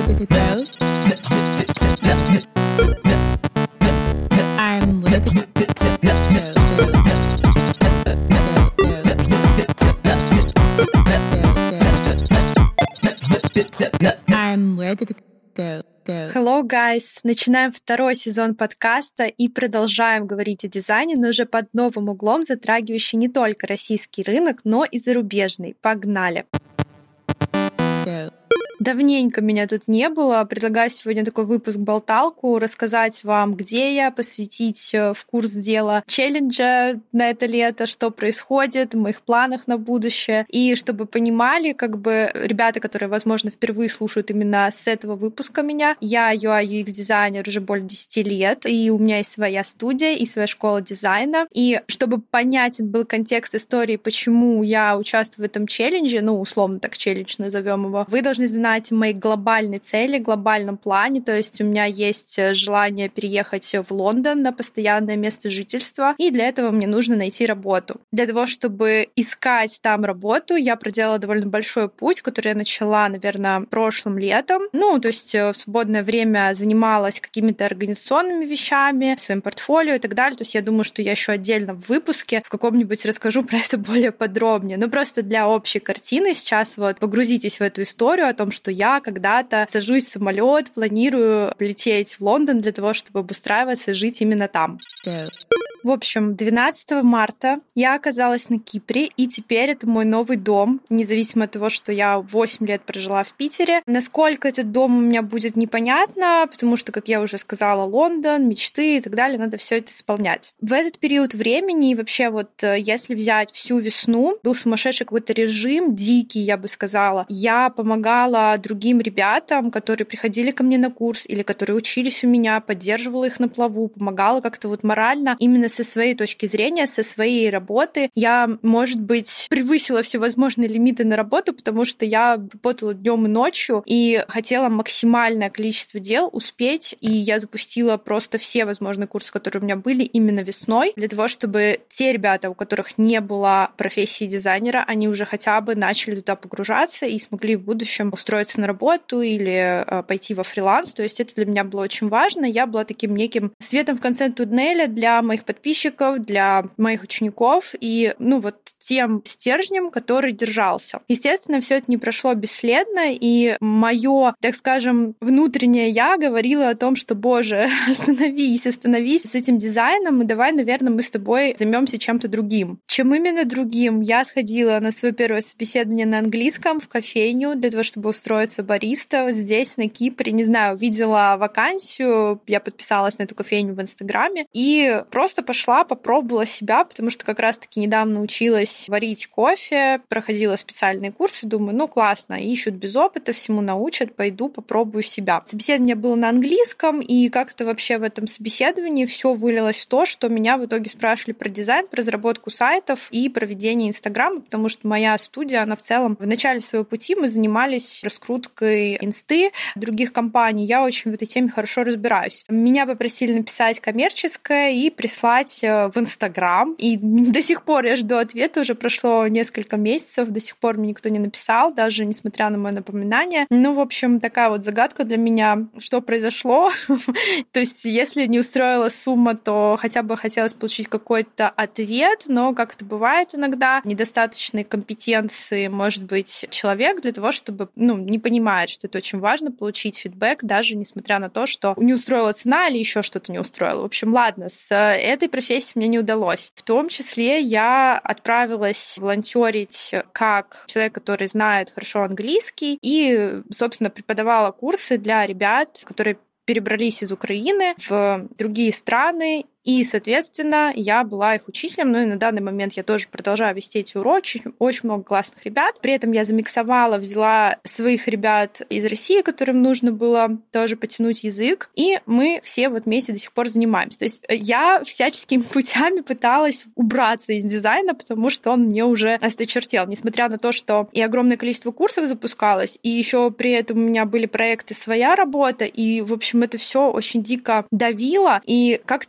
Hello, guys! Начинаем второй сезон подкаста и продолжаем говорить о дизайне, но уже под новым углом, затрагивающий не только российский рынок, но и зарубежный. Погнали! Давненько меня тут не было. Предлагаю сегодня такой выпуск-болталку, рассказать вам, где я, посвятить в курс дела челленджа на это лето, что происходит, в моих планах на будущее. И чтобы понимали, ребята, которые, возможно, впервые слушают именно с этого выпуска меня, я UI UX-дизайнер уже более 10 лет, и у меня есть своя студия и своя школа дизайна. И чтобы понятен был контекст истории, почему я участвую в этом челлендже, условно так челлендж назовем его, вы должны знать мои глобальные цели, глобальном плане. То есть у меня есть желание переехать в Лондон на постоянное место жительства, и для этого мне нужно найти работу. Для того, чтобы искать там работу, я проделала довольно большой путь, который я начала, наверное, прошлым летом. То есть в свободное время занималась какими-то организационными вещами, своим портфолио и так далее. То есть я думаю, что я еще отдельно в выпуске в каком-нибудь расскажу про это более подробнее. Просто для общей картины сейчас погрузитесь в эту историю о том, что я когда-то сажусь в самолет, планирую лететь в Лондон для того, чтобы обустраиваться и жить именно там. В общем, 12 марта я оказалась на Кипре, и теперь это мой новый дом, независимо от того, что я 8 лет прожила в Питере. Насколько этот дом у меня будет, непонятно, потому что, как я уже сказала, Лондон, мечты и так далее, надо все это исполнять. В этот период времени, и вообще если взять всю весну, был сумасшедший какой-то режим, дикий, я бы сказала. Я помогала другим ребятам, которые приходили ко мне на курс или которые учились у меня, поддерживала их на плаву, помогала как-то морально, именно со своей точки зрения, со своей работы. Я, может быть, превысила всевозможные лимиты на работу, потому что я работала днем и ночью и хотела максимальное количество дел успеть, и я запустила просто все возможные курсы, которые у меня были именно весной, для того, чтобы те ребята, у которых не было профессии дизайнера, они уже хотя бы начали туда погружаться и смогли в будущем устроиться на работу или пойти во фриланс. То есть это для меня было очень важно. Я была таким неким светом в конце туннеля для моих подписчиков, для моих учеников и, тем стержнем, который держался. Естественно, все это не прошло бесследно, и мое, так скажем, внутреннее я говорило о том, что, боже, остановись с этим дизайном, и давай, наверное, мы с тобой займемся чем-то другим. Чем именно другим? Я сходила на свое первое собеседование на английском в кофейню для того, чтобы устроиться бариста здесь, на Кипре. Не знаю, увидела вакансию, я подписалась на эту кофейню в Инстаграме и просто пошла, попробовала себя, потому что как раз-таки недавно училась варить кофе, проходила специальные курсы, думаю, классно, ищут без опыта, всему научат, пойду попробую себя. Собеседование было на английском, и как-то вообще в этом собеседовании все вылилось в то, что меня в итоге спрашивали про дизайн, про разработку сайтов и проведение Инстаграма, потому что моя студия, она в целом в начале своего пути мы занимались раскруткой инсты других компаний. Я очень в этой теме хорошо разбираюсь. Меня попросили написать коммерческое и прислать в Инстаграм, и до сих пор я жду ответа, уже прошло несколько месяцев, до сих пор мне никто не написал, даже несмотря на мое напоминание. В общем, такая загадка для меня, что произошло. То есть, если не устроила сумма, то хотя бы хотелось получить какой-то ответ, но, как это бывает иногда, недостаточной компетенции может быть человек для того, чтобы, не понимает, что это очень важно, получить фидбэк, даже несмотря на то, что не устроила цена или еще что-то не устроила. В общем, ладно, с этой профессией мне не удалось. В том числе я отправилась волонтерить как человек, который знает хорошо английский, и, собственно, преподавала курсы для ребят, которые перебрались из Украины в другие страны, и, соответственно, я была их учителем, и на данный момент я тоже продолжаю вести эти уроки, очень много классных ребят. При этом я замиксовала, взяла своих ребят из России, которым нужно было тоже потянуть язык, и мы все вместе до сих пор занимаемся. То есть я всяческими путями пыталась убраться из дизайна, потому что он мне уже осточертел, несмотря на то, что и огромное количество курсов запускалось, и еще при этом у меня были проекты, своя работа, и, в общем, это все очень дико давило, и как-то хотелось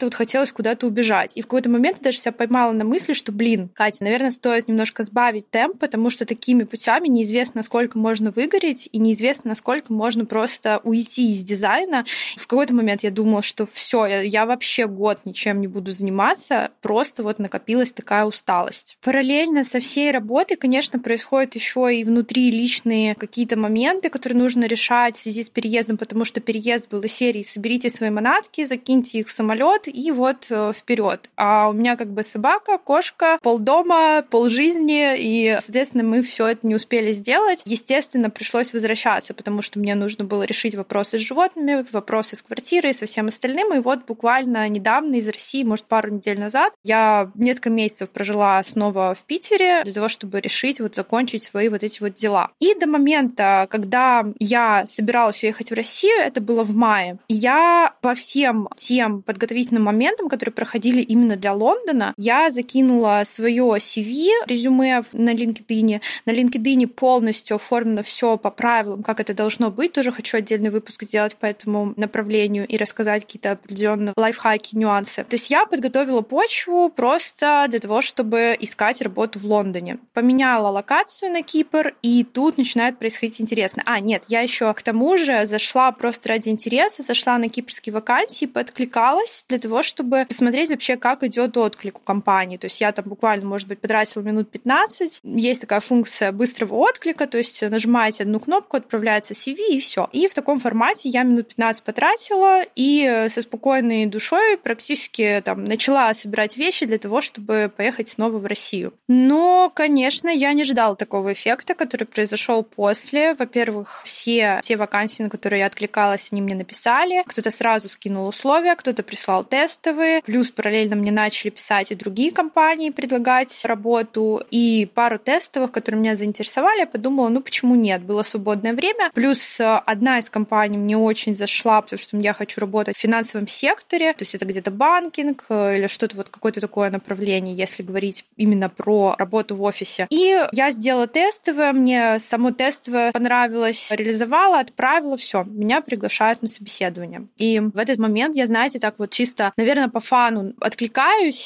хотелось куда-то убежать. И в какой-то момент я даже себя поймала на мысли, что, Катя, наверное, стоит немножко сбавить темп, потому что такими путями неизвестно, насколько можно выгореть, и неизвестно, насколько можно просто уйти из дизайна. В какой-то момент я думала, что все, я вообще год ничем не буду заниматься, просто вот накопилась такая усталость. Параллельно со всей работой, конечно, происходят еще и внутри личные какие-то моменты, которые нужно решать в связи с переездом, потому что переезд был из серии «соберите свои манатки, закиньте их в самолет и вот вперед». А у меня как бы собака, кошка, полдома, полжизни, и, соответственно, мы все это не успели сделать. Естественно, пришлось возвращаться, потому что мне нужно было решить вопросы с животными, вопросы с квартирой и со всем остальным. И вот буквально недавно из России, может, пару недель назад, я несколько месяцев прожила снова в Питере для того, чтобы решить вот закончить свои вот эти вот дела. И до момента, когда я собиралась уехать в Россию, это было в мае, и я по всем тем подготовительным моментам, которые проходили именно для Лондона, я закинула свое CV, резюме на LinkedIn. На LinkedIn полностью оформлено все по правилам, как это должно быть. Тоже хочу отдельный выпуск сделать по этому направлению и рассказать какие-то определенные лайфхаки, нюансы. То есть я подготовила почву просто для того, чтобы искать работу в Лондоне. Поменяла локацию на Кипр, и тут начинает происходить интересно. Нет, я еще к тому же зашла просто ради интереса, зашла на кипрские вакансии, подкликалась для того, чтобы посмотреть вообще, как идет отклик у компании. То есть я там буквально, может быть, потратила минут 15. Есть такая функция быстрого отклика, то есть нажимаете одну кнопку, отправляется CV, и все. И в таком формате я минут 15 потратила, и со спокойной душой практически там начала собирать вещи для того, чтобы поехать снова в Россию. Но, конечно, я не ждала такого эффекта, который произошел после. Во-первых, все те вакансии, на которые я откликалась, они мне написали. Кто-то сразу скинул условия, кто-то прислал тестовые. Плюс параллельно мне начали писать и другие компании, предлагать работу. И пару тестовых, которые меня заинтересовали, я подумала, почему нет? Было свободное время. Плюс одна из компаний мне очень зашла, потому что я хочу работать в финансовом секторе. То есть это где-то банкинг или что-то вот какое-то такое направление, если говорить именно про работу в офисе. И я сделала тестовое, мне само тестовое понравилось, реализовала, отправила, все, меня приглашают на собеседование. И в этот момент я, знаете, так вот чисто, наверное, по фану откликаюсь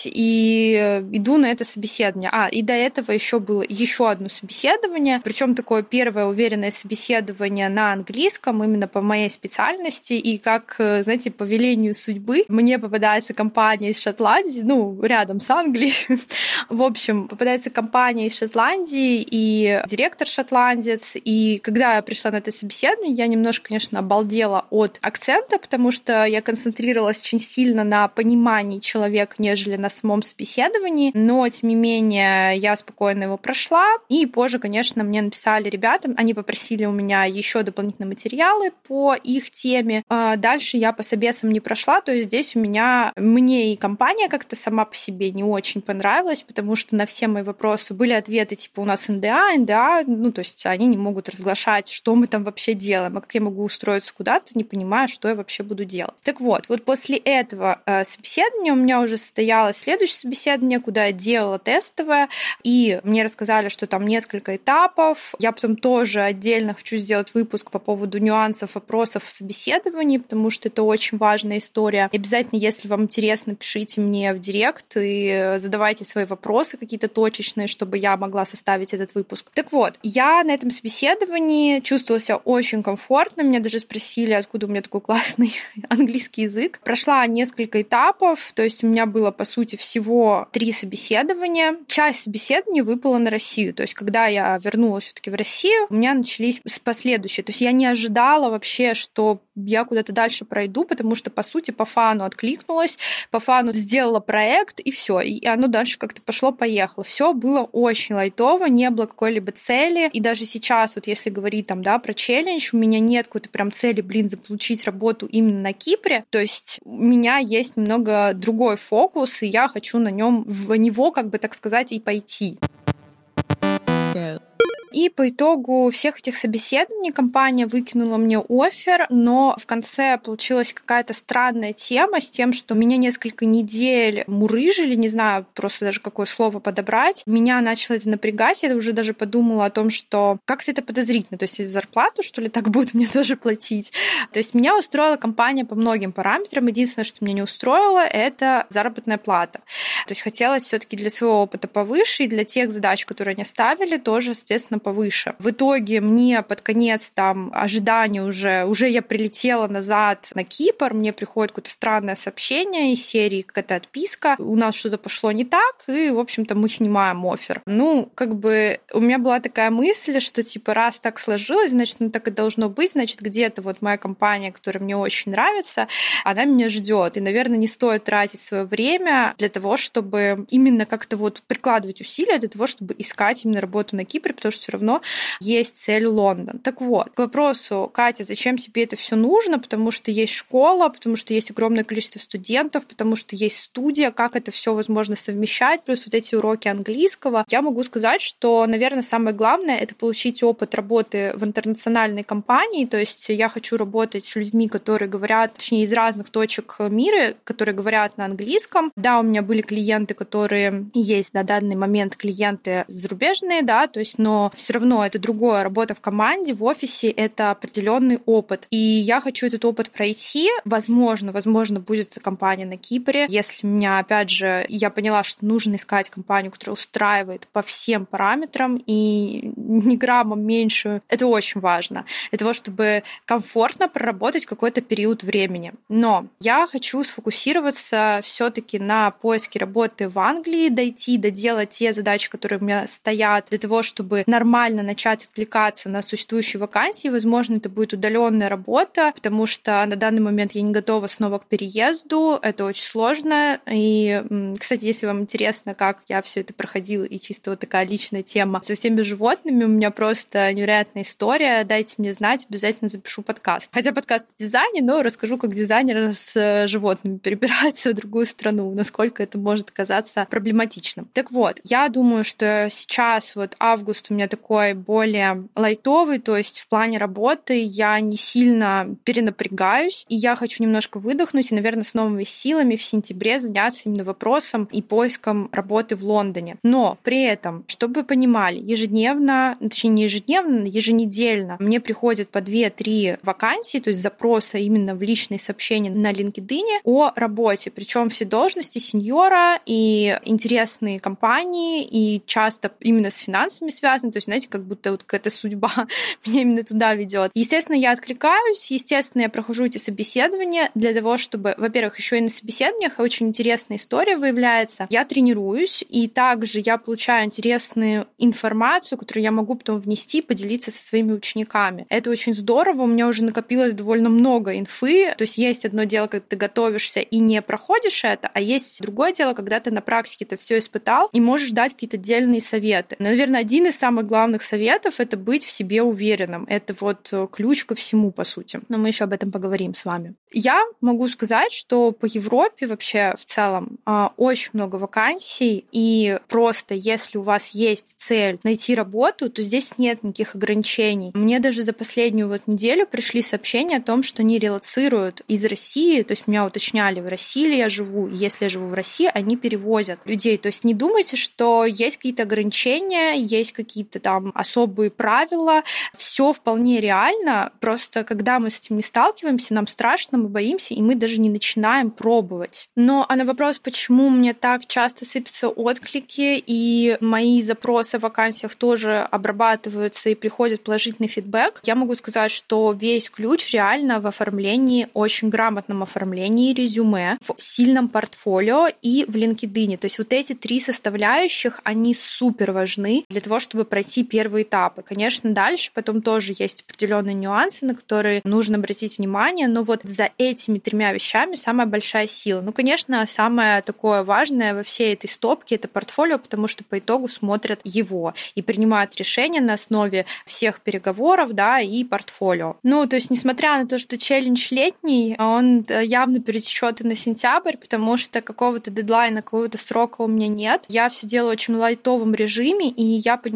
и иду на это собеседование. И до этого еще было еще одно собеседование, причем такое первое уверенное собеседование на английском, именно по моей специальности, и как, знаете, по велению судьбы мне попадается компания из Шотландии, рядом с Англией. В общем, попадается компания из Шотландии и директор шотландец, и когда я пришла на это собеседование, я немножко, конечно, обалдела от акцента, потому что я концентрировалась очень сильно на понимании человека, нежели на самом собеседовании, но, тем не менее, я спокойно его прошла, и позже, конечно, мне написали ребята, они попросили у меня еще дополнительные материалы по их теме. Дальше я по собесам не прошла, то есть здесь мне и компания как-то сама по себе не очень понравилась, потому что на все мои вопросы были ответы типа у нас НДА, то есть они не могут разглашать, что мы там вообще делаем, а как я могу устроиться куда-то, не понимая, что я вообще буду делать. Так вот после этого собеседования у меня уже состоялось следующее собеседование, куда я делала тестовое, и мне рассказали, что там несколько этапов. Я потом тоже отдельно хочу сделать выпуск по поводу нюансов, вопросов в собеседовании, потому что это очень важная история. И обязательно, если вам интересно, пишите мне в директ и задавайте свои вопросы какие-то точечные, чтобы я могла составить этот выпуск. Так вот, я на этом собеседовании чувствовала себя очень комфортно. Меня даже спросили, откуда у меня такой классный английский язык. Прошла несколько этапов, то есть у меня было, по сути, всего 3 собеседования. Часть собеседований выпала на Россию. То есть когда я вернулась все-таки в Россию, у меня начались последующие. То есть я не ожидала вообще, что я куда-то дальше пройду, потому что, по сути, по фану откликнулась, по фану сделала проект, и все. И оно дальше как-то пошло-поехало. Все было очень лайтово, не было какой-либо цели. И даже сейчас, вот если говорить про челлендж, у меня нет какой-то прям цели, заполучить работу именно на Кипре. То есть у меня есть немного другой фокус, и я хочу в него, так сказать, и пойти. И по итогу всех этих собеседований компания выкинула мне оффер, но в конце получилась какая-то странная тема с тем, что меня несколько недель мурыжили, не знаю просто даже какое слово подобрать. Меня начало это напрягать, я уже даже подумала о том, что как-то это подозрительно, то есть из зарплату, что ли, так будут мне тоже платить. То есть меня устроила компания по многим параметрам. Единственное, что меня не устроило, это заработная плата. То есть хотелось все-таки для своего опыта повыше, и для тех задач, которые они ставили, тоже, соответственно, повыше. В итоге мне под конец там ожидания уже я прилетела назад на Кипр, мне приходит какое-то странное сообщение из серии, какая-то отписка, у нас что-то пошло не так, и, в общем-то, мы снимаем оффер. Ну, как бы у меня была такая мысль, что типа раз так сложилось, значит, ну так и должно быть, значит, где-то вот моя компания, которая мне очень нравится, она меня ждет. И, наверное, не стоит тратить свое время для того, чтобы именно как-то вот прикладывать усилия для того, чтобы искать именно работу на Кипре, потому что все равно есть цель Лондон. Так вот, к вопросу, Катя, зачем тебе это все нужно? Потому что есть школа, потому что есть огромное количество студентов, потому что есть студия, как это все возможно совмещать, плюс вот эти уроки английского. Я могу сказать, что, наверное, самое главное — это получить опыт работы в интернациональной компании, то есть я хочу работать с людьми, которые говорят, точнее, из разных точек мира, которые говорят на английском. Да, у меня были клиенты, которые есть на данный момент клиенты зарубежные, да, то есть, но все равно это другое. Работа в команде, в офисе — это определенный опыт. И я хочу этот опыт пройти. Возможно, будет компания на Кипре. Если меня, опять же, я поняла, что нужно искать компанию, которая устраивает по всем параметрам и ни граммом меньше. Это очень важно. Для того, чтобы комфортно проработать какой-то период времени. Но я хочу сфокусироваться все-таки на поиске работы в Англии, доделать те задачи, которые у меня стоят, для того, чтобы нормально начать откликаться на существующие вакансии. Возможно, это будет удаленная работа, потому что на данный момент я не готова снова к переезду. Это очень сложно. И, кстати, если вам интересно, как я все это проходила, и чисто вот такая личная тема со всеми животными, у меня просто невероятная история. Дайте мне знать, обязательно запишу подкаст. Хотя подкаст о дизайне, но расскажу, как дизайнер с животными перебирается в другую страну, насколько это может казаться проблематичным. Так вот, я думаю, что сейчас вот август у меня такой более лайтовый, то есть в плане работы я не сильно перенапрягаюсь, и я хочу немножко выдохнуть и, наверное, с новыми силами в сентябре заняться именно вопросом и поиском работы в Лондоне. Но при этом, чтобы вы понимали, ежедневно, точнее не ежедневно, еженедельно мне приходят по 2-3 вакансии, то есть запроса именно в личные сообщения на LinkedIn о работе, причем все должности сеньора и интересные компании, и часто именно с финансами связаны, то есть, знаете, как будто вот какая-то судьба меня именно туда ведет. Естественно, я откликаюсь, естественно, я прохожу эти собеседования для того, чтобы, во-первых, еще и на собеседованиях очень интересная история выявляется. Я тренируюсь, и также я получаю интересную информацию, которую я могу потом внести, поделиться со своими учениками. Это очень здорово, у меня уже накопилось довольно много инфы, то есть одно дело, когда ты готовишься и не проходишь это, а есть другое дело, когда ты на практике это все испытал и можешь дать какие-то отдельные советы. Наверное, один из самых главных советов — это быть в себе уверенным. Это вот ключ ко всему, по сути. Но мы еще об этом поговорим с вами. Я могу сказать, что по Европе вообще в целом очень много вакансий, и просто если у вас есть цель найти работу, то здесь нет никаких ограничений. Мне даже за последнюю вот неделю пришли сообщения о том, что они релоцируют из России, то есть меня уточняли, в России ли я живу, и если я живу в России, они перевозят людей. То есть не думайте, что есть какие-то ограничения, есть какие-то там особые правила, все вполне реально, просто когда мы с этим не сталкиваемся, нам страшно, мы боимся, и мы даже не начинаем пробовать. Но а на вопрос, почему мне так часто сыпятся отклики, и мои запросы в вакансиях тоже обрабатываются и приходит положительный фидбэк, я могу сказать, что весь ключ реально в оформлении, очень грамотном оформлении резюме, в сильном портфолио и в LinkedIn. То есть вот эти 3 составляющих, они супер важны для того, чтобы пройти первые этапы. Конечно, дальше потом тоже есть определенные нюансы, на которые нужно обратить внимание, но вот за этими 3 вещами самая большая сила. Ну, конечно, самое такое важное во всей этой стопке — это портфолио, потому что по итогу смотрят его и принимают решения на основе всех переговоров, да, и портфолио. Ну, то есть, несмотря на то, что челлендж летний, он явно перетечет и на сентябрь, потому что какого-то дедлайна, какого-то срока у меня нет. Я все делаю в очень лайтовом режиме, и я понимаю, что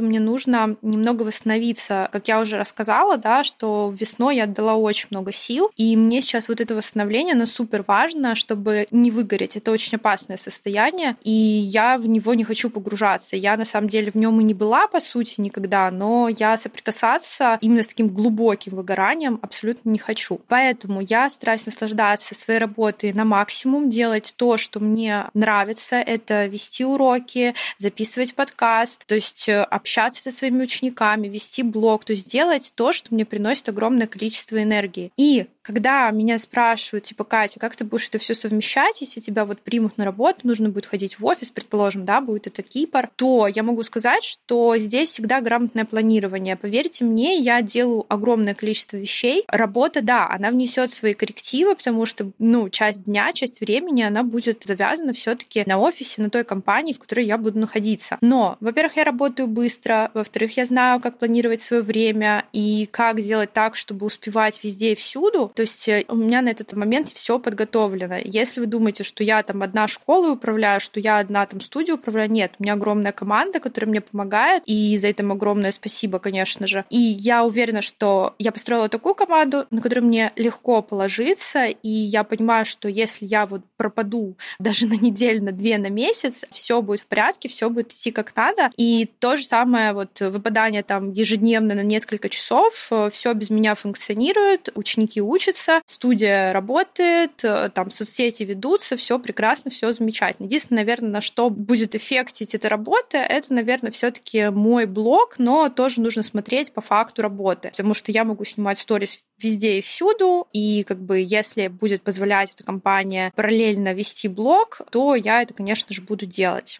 мне нужно немного восстановиться. Как я уже рассказала, да, что весной я отдала очень много сил, и мне сейчас вот это восстановление, оно супер важно, чтобы не выгореть. Это очень опасное состояние, и я в него не хочу погружаться. Я, на самом деле, в нем и не была, по сути, никогда, но я соприкасаться именно с таким глубоким выгоранием абсолютно не хочу. Поэтому я стараюсь наслаждаться своей работой на максимум, делать то, что мне нравится. Это вести уроки, записывать подкаст, то есть общаться со своими учениками, вести блог, то есть делать то, что мне приносит огромное количество энергии. И когда меня спрашивают, типа, Катя, как ты будешь это все совмещать, если тебя вот примут на работу, нужно будет ходить в офис, предположим, да, будет это Кипр, то я могу сказать, что здесь всегда грамотное планирование. Поверьте мне, я делаю огромное количество вещей. Работа, да, она внесет свои коррективы, потому что, часть дня, часть времени она будет завязана все-таки на офисе, на той компании, в которой я буду находиться. Но, во-первых, я работаю быстро, во-вторых, я знаю, как планировать свое время и как делать так, чтобы успевать везде и всюду. То есть у меня на этот момент все подготовлено. Если вы думаете, что я там одна школой управляю, что я одна там студию управляю, нет, у меня огромная команда, которая мне помогает, и за это им огромное спасибо, конечно же. И я уверена, что я построила такую команду, на которую мне легко положиться, и я понимаю, что если я вот пропаду даже на неделю, на 2, на месяц, все будет в порядке, все будет идти как надо. И то же самое вот выпадание там ежедневно на несколько часов, все без меня функционирует, ученики учатся, студия работает, там соцсети ведутся, все прекрасно, все замечательно. Единственное, наверное, на что будет эффектить эта работа, это, наверное, все-таки мой блог, но тоже нужно смотреть по факту работы, потому что я могу снимать сторис везде и всюду, и как бы если будет позволять эта компания параллельно вести блог, то я это, конечно же, буду делать.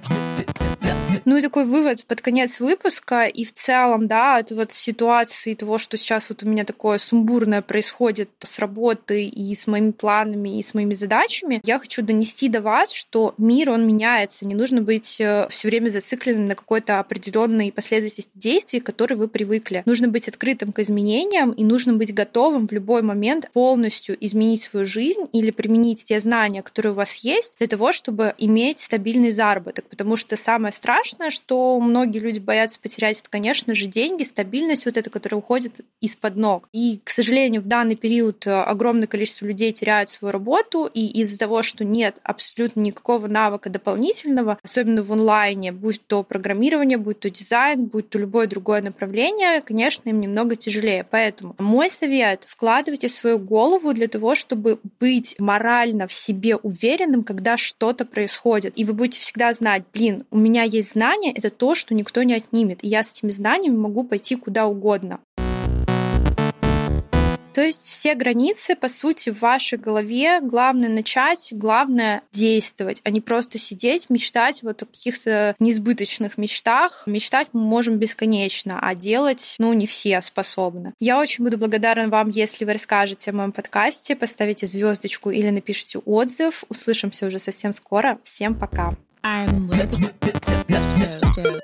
Ну и такой вывод под конец выпуска, и в целом, да, от вот ситуации того, что сейчас вот у меня такое сумбурное происходит с работой и с моими планами, и с моими задачами, я хочу донести до вас, что мир, он меняется, не нужно быть все время зацикленным на какой-то определенной последовательности действий, к которой вы привыкли. Нужно быть открытым к изменениям, и нужно быть готовым в любой момент полностью изменить свою жизнь или применить те знания, которые у вас есть, для того, чтобы иметь стабильный заработок, потому что самое страшное, что многие люди боятся потерять, это, конечно же, деньги, стабильность вот эта, которая уходит из-под ног. И, к сожалению, в данный период огромное количество людей теряют свою работу, и из-за того, что нет абсолютно никакого навыка дополнительного, особенно в онлайне, будь то программирование, будь то дизайн, будь то любое другое направление, конечно, им немного тяжелее. Поэтому мой совет — вкладывайте в свою голову для того, чтобы быть морально в себе уверенным, когда что-то происходит. И вы будете всегда знать, у меня есть знания, это то, что никто не отнимет. И я с этими знаниями могу пойти куда угодно. То есть все границы, по сути, в вашей голове. Главное начать, главное действовать, а не просто сидеть, мечтать вот о каких-то несбыточных мечтах. Мечтать мы можем бесконечно, а делать, не все способны. Я очень буду благодарна вам, если вы расскажете о моем подкасте, поставите звездочку или напишите отзыв. Услышимся уже совсем скоро. Всем пока! I'm